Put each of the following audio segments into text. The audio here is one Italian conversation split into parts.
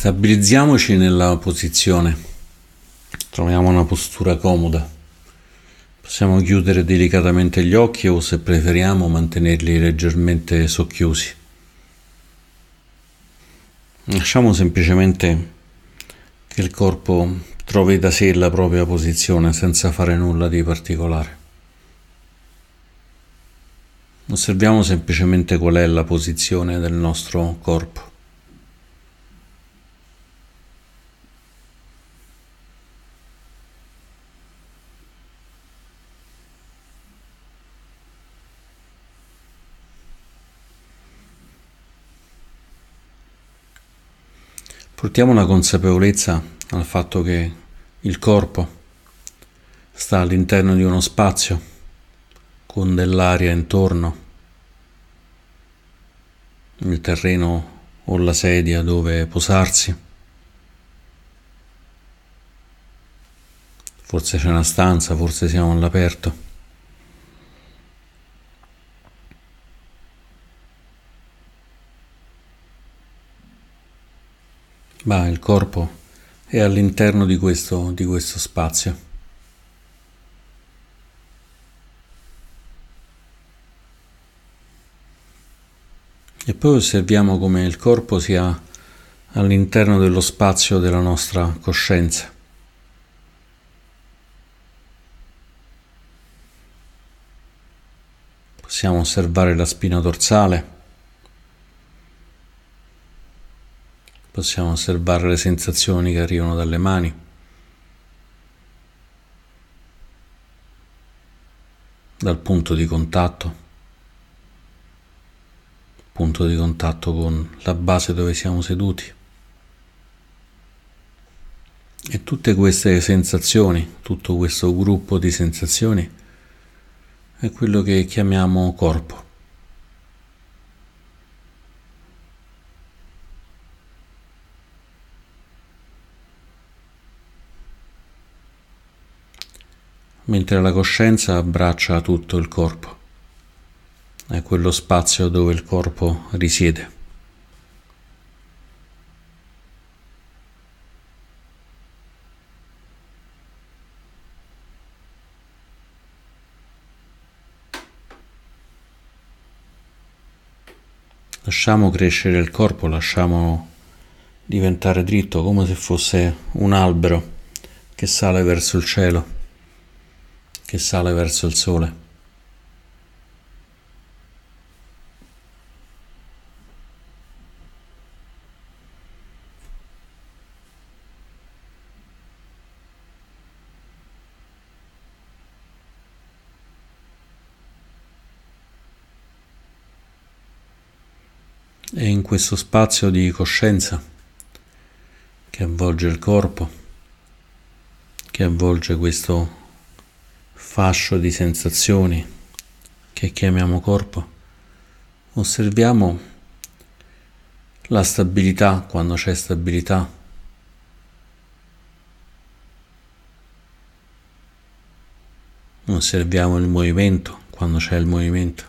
Stabilizziamoci nella posizione, troviamo una postura comoda. Possiamo chiudere delicatamente gli occhi o, se preferiamo, mantenerli leggermente socchiusi. Lasciamo semplicemente che il corpo trovi da sé la propria posizione senza fare nulla di particolare. Osserviamo semplicemente qual è la posizione del nostro corpo. Portiamo la consapevolezza al fatto che il corpo sta all'interno di uno spazio con dell'aria intorno, il terreno o la sedia dove posarsi. Forse c'è una stanza, forse siamo all'aperto. Ma il corpo è all'interno di questo spazio. E poi osserviamo come il corpo sia all'interno dello spazio della nostra coscienza. Possiamo osservare la spina dorsale, possiamo osservare le sensazioni che arrivano dalle mani, dal punto di contatto con la base dove siamo seduti. E tutte queste sensazioni, tutto questo gruppo di sensazioni è quello che chiamiamo corpo. Mentre la coscienza abbraccia tutto il corpo. È quello spazio dove il corpo risiede. Lasciamo crescere il corpo, lasciamo diventare dritto come se fosse un albero che sale verso il cielo, che sale verso il sole. E in questo spazio di coscienza che avvolge il corpo, che avvolge questo fascio di sensazioni che chiamiamo corpo, osserviamo la stabilità quando c'è stabilità, osserviamo il movimento quando c'è il movimento.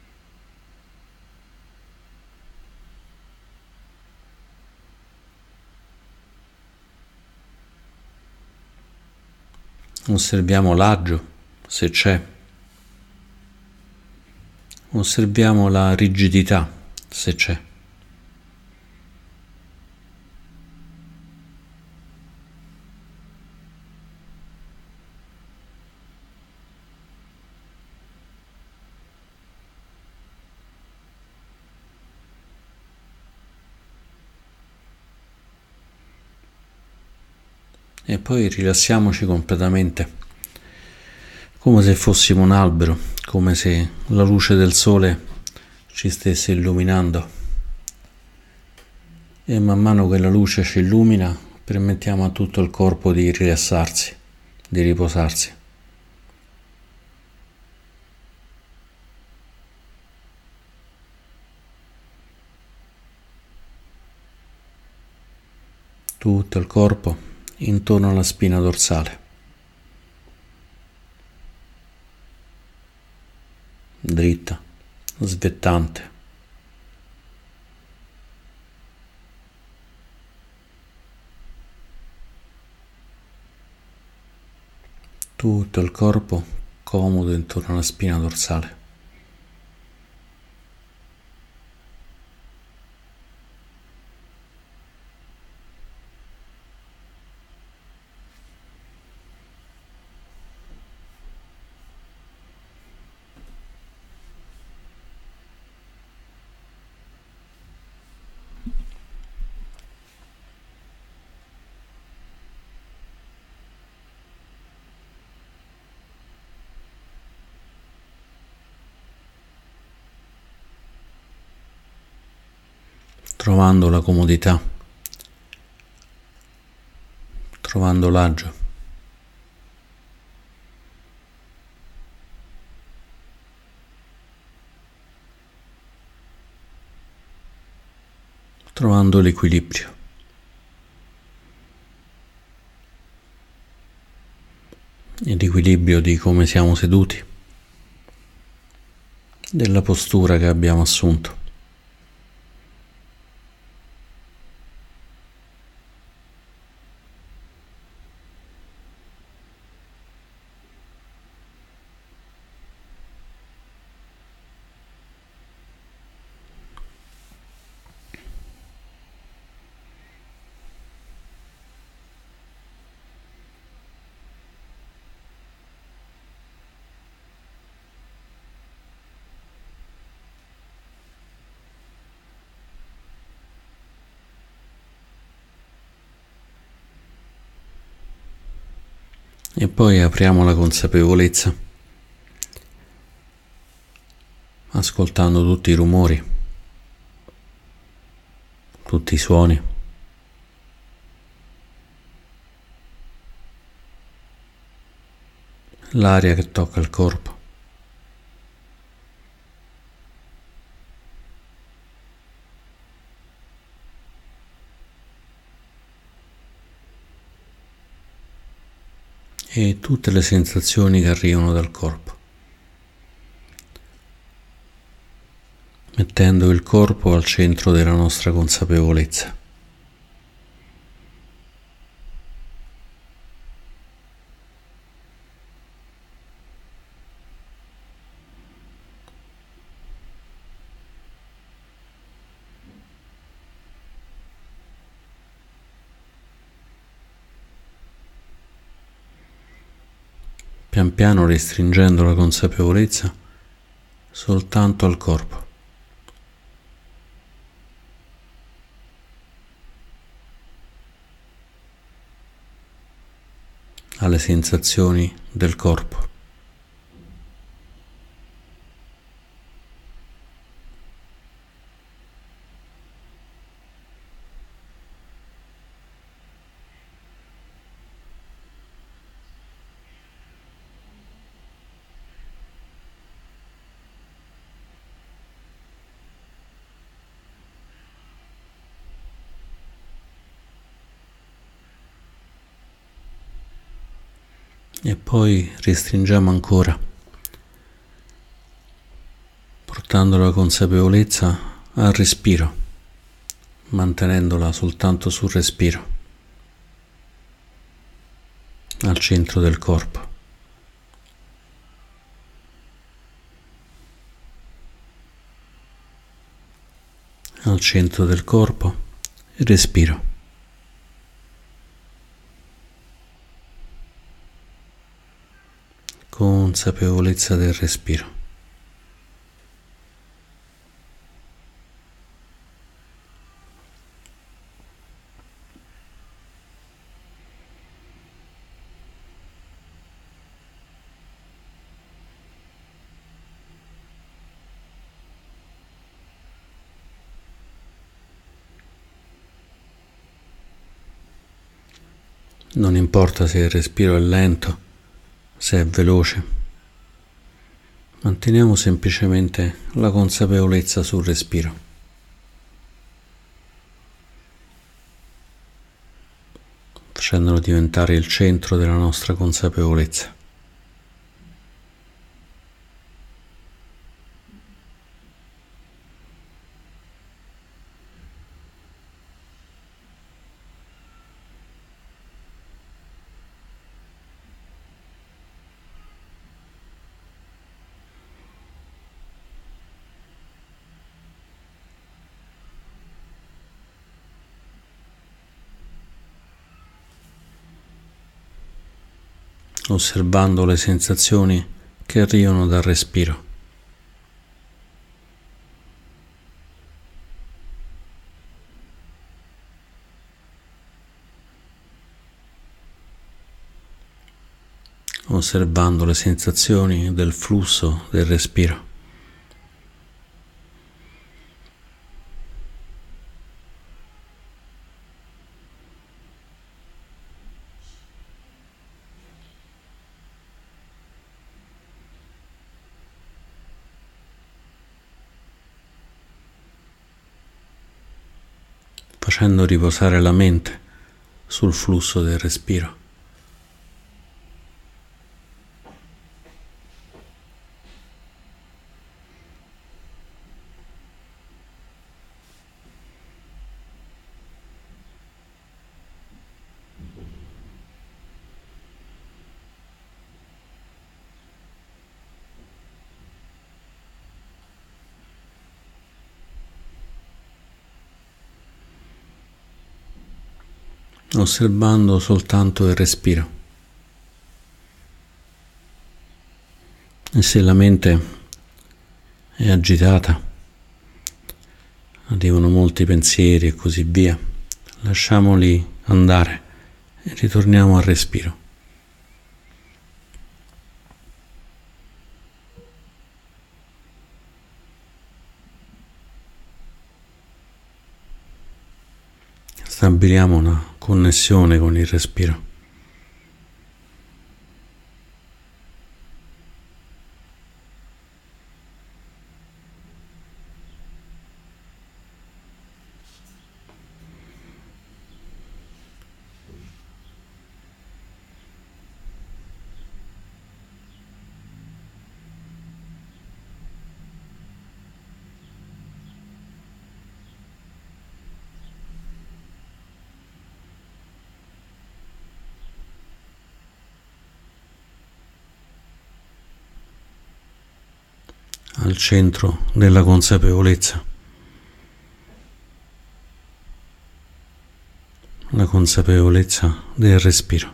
Osserviamo l'agio, se c'è. Osserviamo la rigidità, se c'è. E poi rilassiamoci completamente, come se fossimo un albero, come se la luce del sole ci stesse illuminando. E man mano che la luce ci illumina, permettiamo a tutto il corpo di rilassarsi, di riposarsi. Tutto il corpo intorno alla spina dorsale, dritta, svettante. tutto il corpo comodo intorno alla spina dorsale. Trovando la comodità, trovando l'agio, trovando l'equilibrio. L'equilibrio di come siamo seduti, della postura che abbiamo assunto. E poi apriamo la consapevolezza, ascoltando tutti i rumori, tutti i suoni, l'aria che tocca il corpo. E tutte le sensazioni che arrivano dal corpo, mettendo il corpo al centro della nostra consapevolezza. Pian piano restringendo la consapevolezza soltanto al corpo, alle sensazioni del corpo. E poi restringiamo ancora, portando la consapevolezza al respiro, mantenendola soltanto sul respiro, al centro del corpo. Al centro del corpo, il respiro. Consapevolezza del respiro. Non importa se il respiro è lento, se è veloce, manteniamo semplicemente la consapevolezza sul respiro, facendolo diventare il centro della nostra consapevolezza. osservando le sensazioni che arrivano dal respiro. Osservando le sensazioni del flusso del respiro. Facendo riposare la mente sul flusso del respiro. Osservando soltanto il respiro. E se la mente è agitata, arrivano molti pensieri e così via, lasciamoli andare e ritorniamo al respiro. Stabiliamo una connessione con il respiro. Al centro della consapevolezza. La consapevolezza del respiro.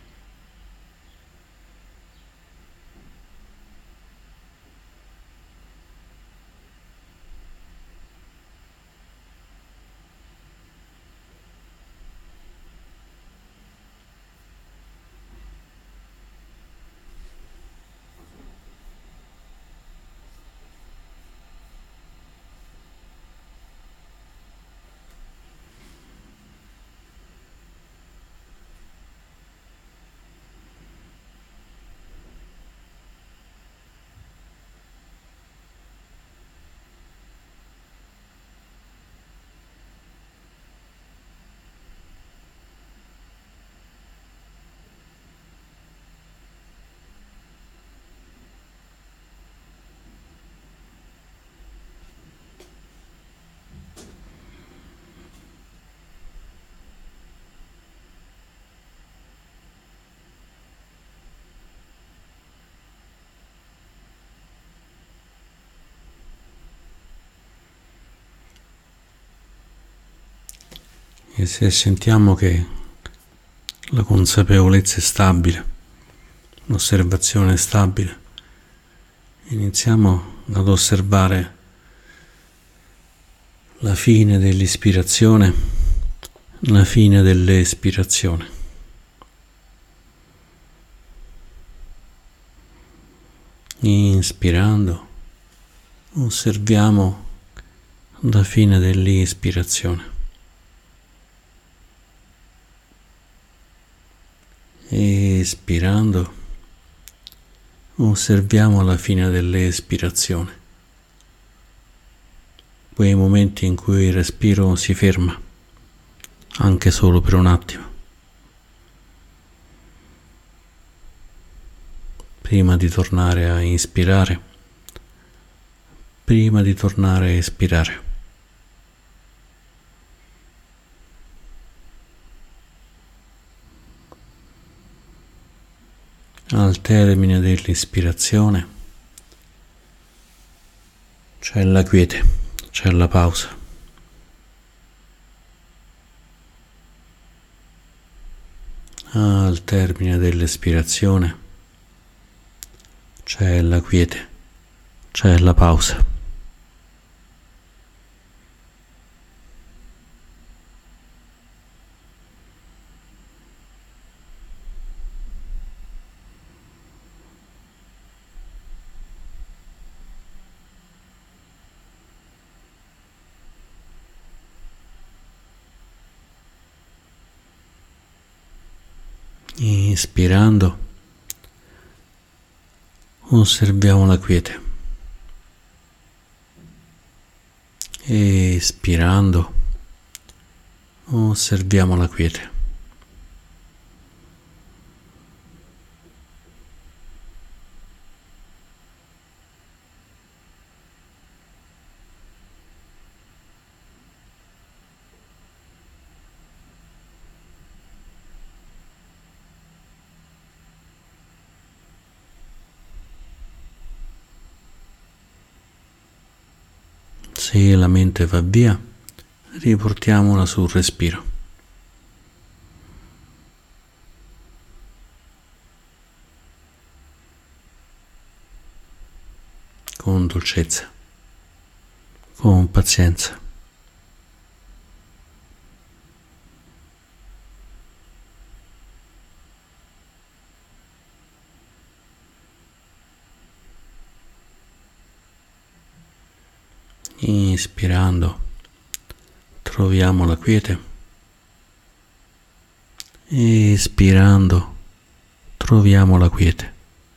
E se sentiamo che la consapevolezza è stabile, l'osservazione è stabile, iniziamo ad osservare la fine dell'ispirazione, la fine dell'espirazione. Inspirando, osserviamo la fine dell'ispirazione. Espirando, osserviamo la fine dell'espirazione. Quei momenti in cui il respiro si ferma, anche solo per un attimo, prima di tornare a inspirare, prima di tornare a espirare. Al termine dell'ispirazione c'è la quiete, c'è la pausa. Al termine dell'espirazione c'è la quiete, c'è la pausa. Inspirando, osserviamo la quiete. Espirando, osserviamo la quiete. Se la mente va via, riportiamola sul respiro. Con dolcezza, con pazienza. Inspirando, troviamo la quiete. Espirando, troviamo la quiete.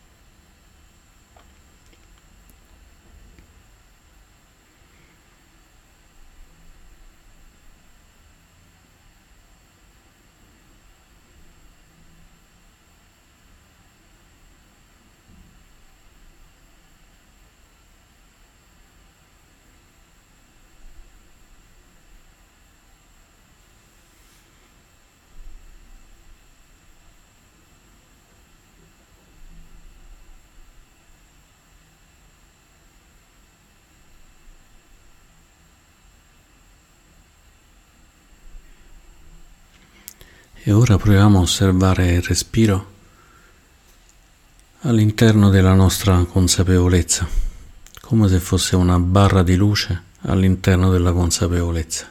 E ora proviamo a osservare il respiro all'interno della nostra consapevolezza, come se fosse una barra di luce all'interno della consapevolezza.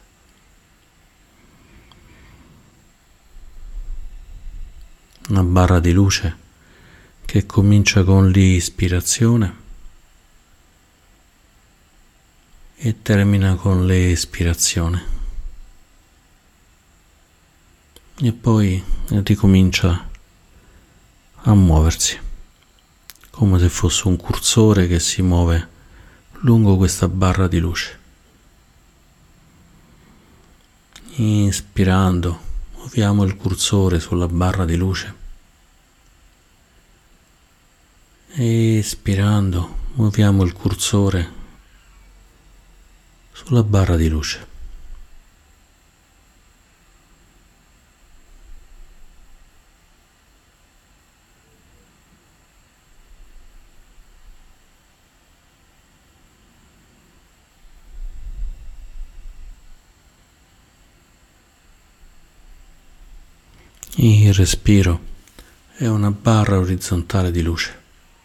Una barra di luce che comincia con l'ispirazione e termina con l'espirazione. E poi ricomincia a muoversi, come se fosse un cursore che si muove lungo questa barra di luce. Inspirando, muoviamo il cursore sulla barra di luce. Espirando, muoviamo il cursore sulla barra di luce. Il respiro è una barra orizzontale di luce.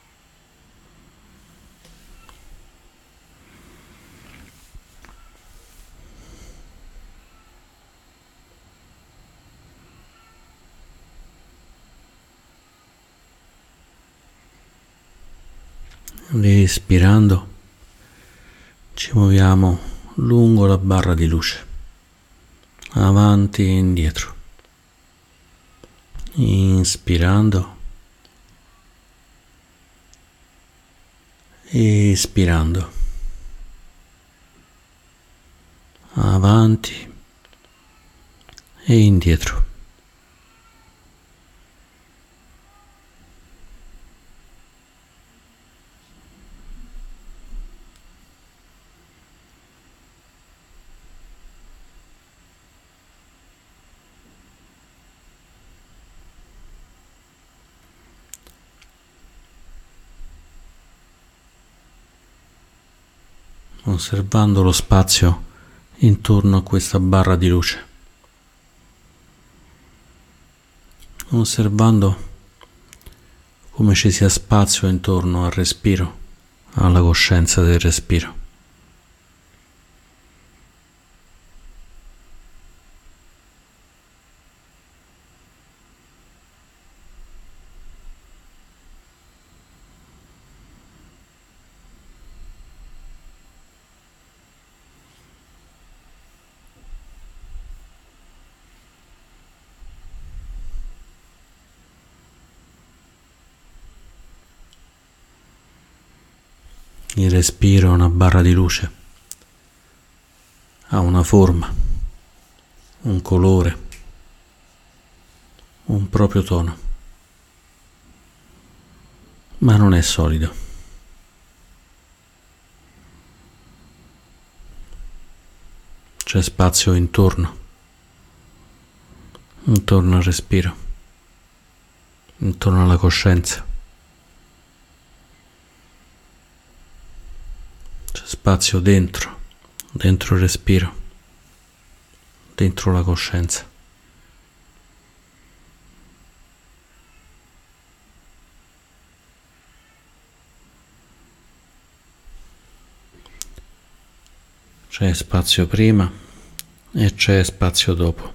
Respirando ci muoviamo lungo la barra di luce, avanti e indietro. Inspirando, espirando, avanti e indietro. Osservando lo spazio intorno a questa barra di luce. osservando come ci sia spazio intorno al respiro, alla coscienza del respiro. Il respiro è una barra di luce, ha una forma, un colore, un proprio tono, ma non è solido. C'è spazio intorno al respiro, intorno alla coscienza. C'è spazio dentro il respiro, dentro la coscienza. C'è spazio prima e c'è spazio dopo.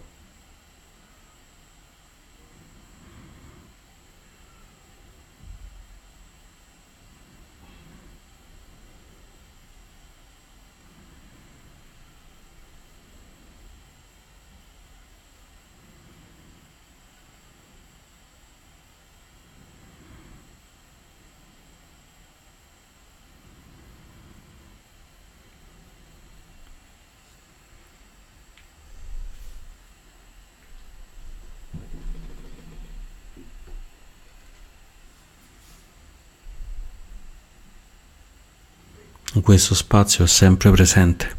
Questo spazio è sempre presente,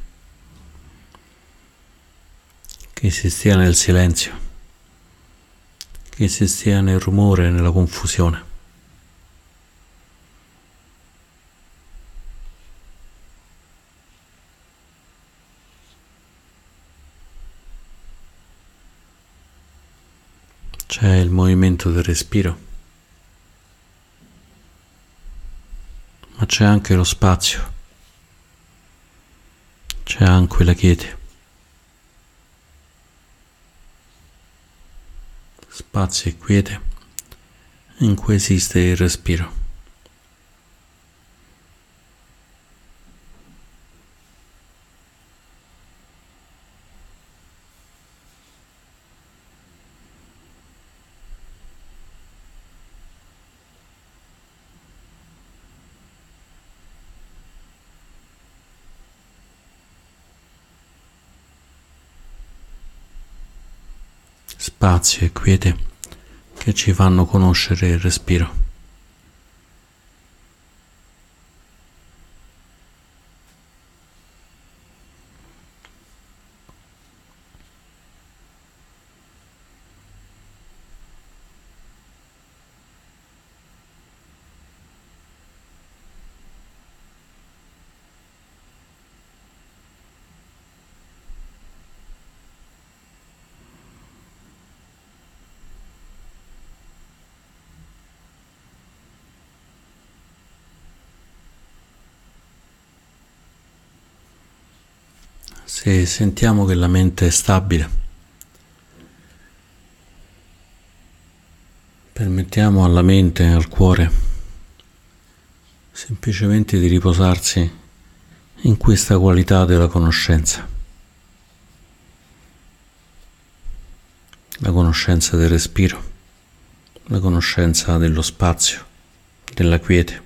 che si stia nel silenzio, che si stia nel rumore, nella confusione. C'è il movimento del respiro, ma c'è anche lo spazio, c'è anche la quiete. Spazio e quiete in cui esiste il respiro. Spazio e quiete che ci fanno conoscere il respiro. Se sentiamo che la mente è stabile, permettiamo alla mente e al cuore semplicemente di riposarsi in questa qualità della conoscenza, la conoscenza del respiro, la conoscenza dello spazio, della quiete.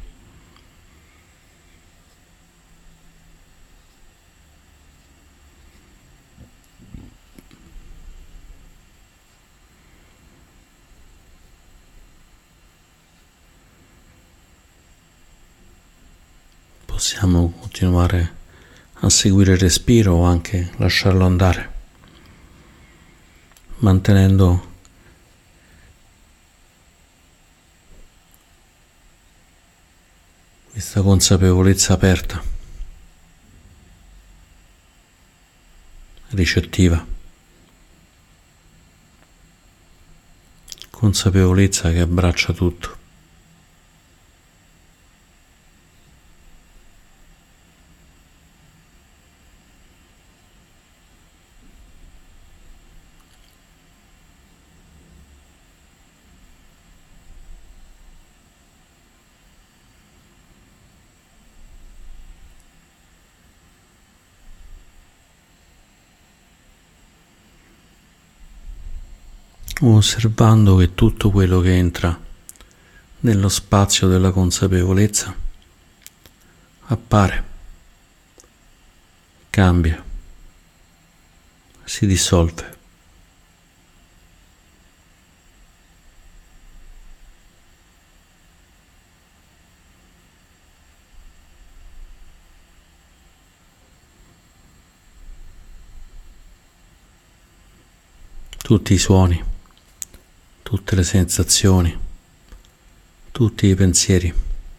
Possiamo continuare a seguire il respiro o anche lasciarlo andare, mantenendo questa consapevolezza aperta, ricettiva, consapevolezza che abbraccia tutto. Osservando che tutto quello che entra nello spazio della consapevolezza appare, cambia, si dissolve. Tutti i suoni, tutte le sensazioni, tutti i pensieri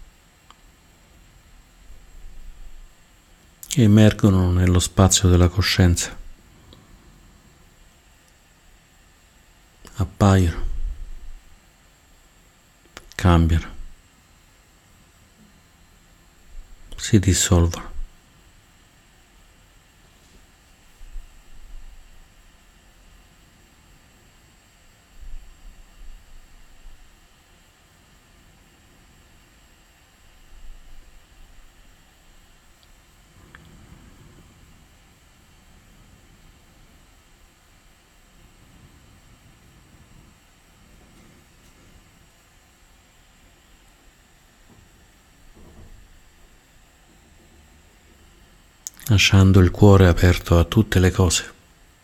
che emergono nello spazio della coscienza appaiono, cambiano, si dissolvono. Lasciando il cuore aperto a tutte le cose,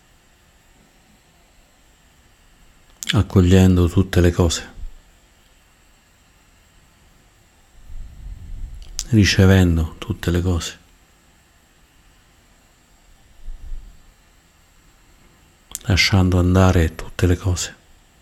accogliendo tutte le cose, ricevendo tutte le cose, lasciando andare tutte le cose.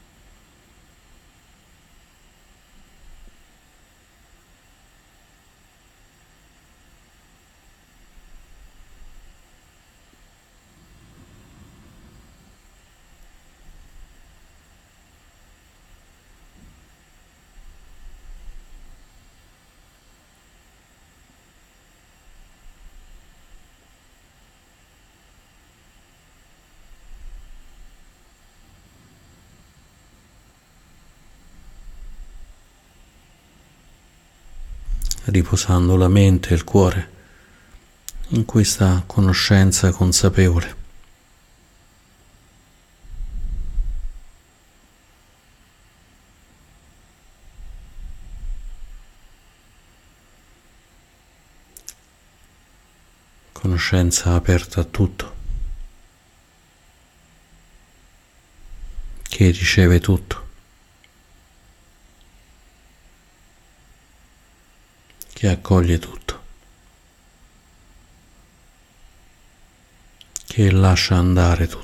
Riposando la mente e il cuore in questa conoscenza consapevole. Conoscenza aperta a tutto, che riceve tutto, che accoglie tutto, che lascia andare tutto.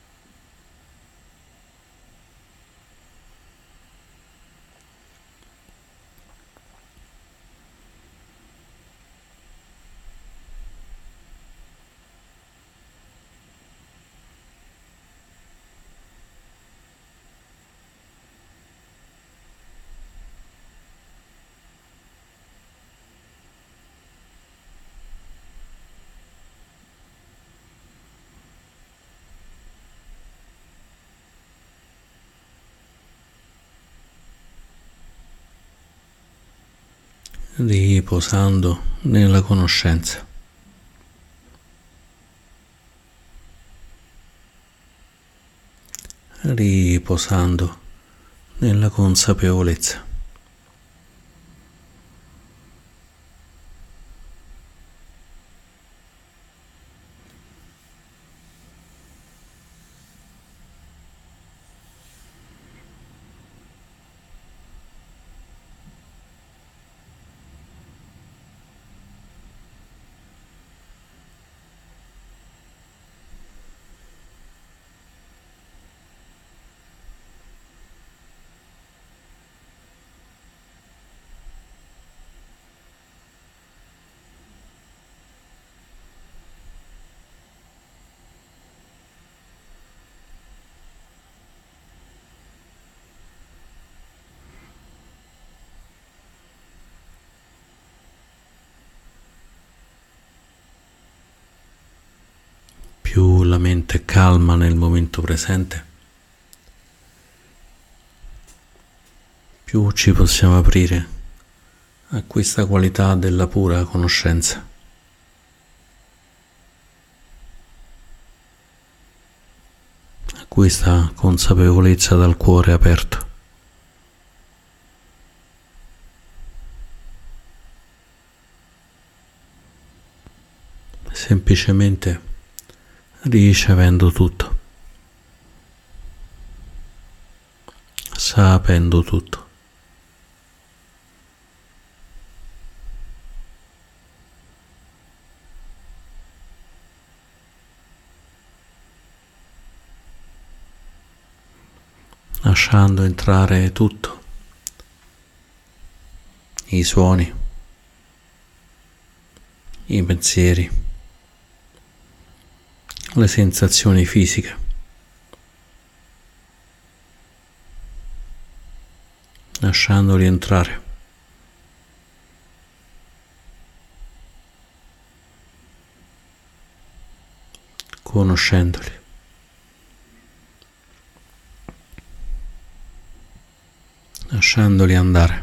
Riposando nella conoscenza. Riposando nella consapevolezza. più la mente è calma nel momento presente, più ci possiamo aprire a questa qualità della pura conoscenza. A questa consapevolezza dal cuore aperto. Semplicemente ricevendo tutto, sapendo tutto. Lasciando entrare tutto, i suoni, i pensieri, le sensazioni fisiche, lasciandoli entrare, conoscendoli. Lasciandoli andare.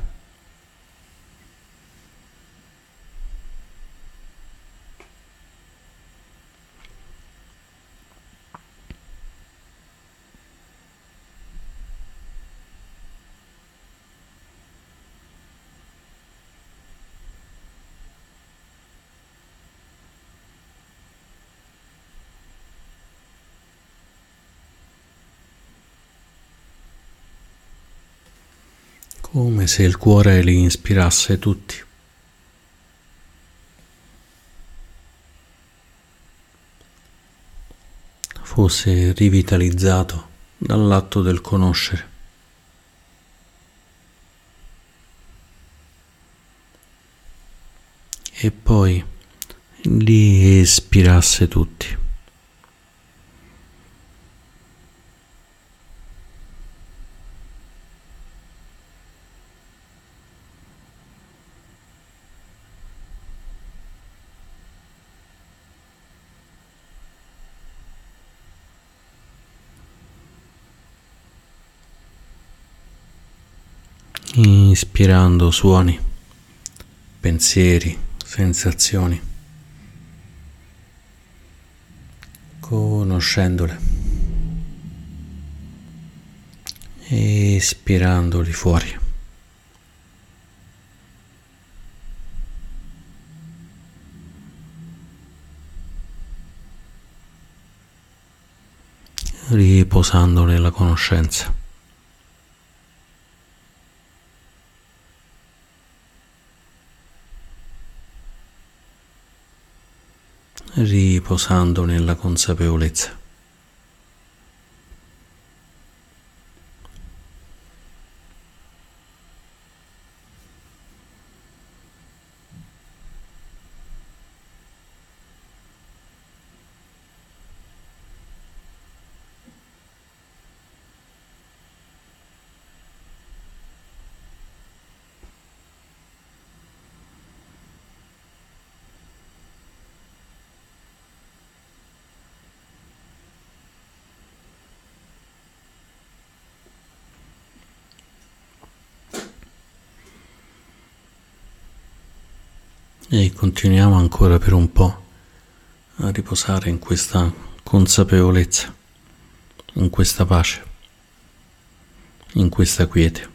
Come se il cuore li ispirasse tutti. Fosse rivitalizzato dall'atto del conoscere. E poi li ispirasse tutti. Ispirando suoni, pensieri, sensazioni, conoscendole, espirandoli fuori. Riposando nella conoscenza. Riposando nella consapevolezza. E continuiamo ancora per un po' a riposare in questa consapevolezza, in questa pace, in questa quiete.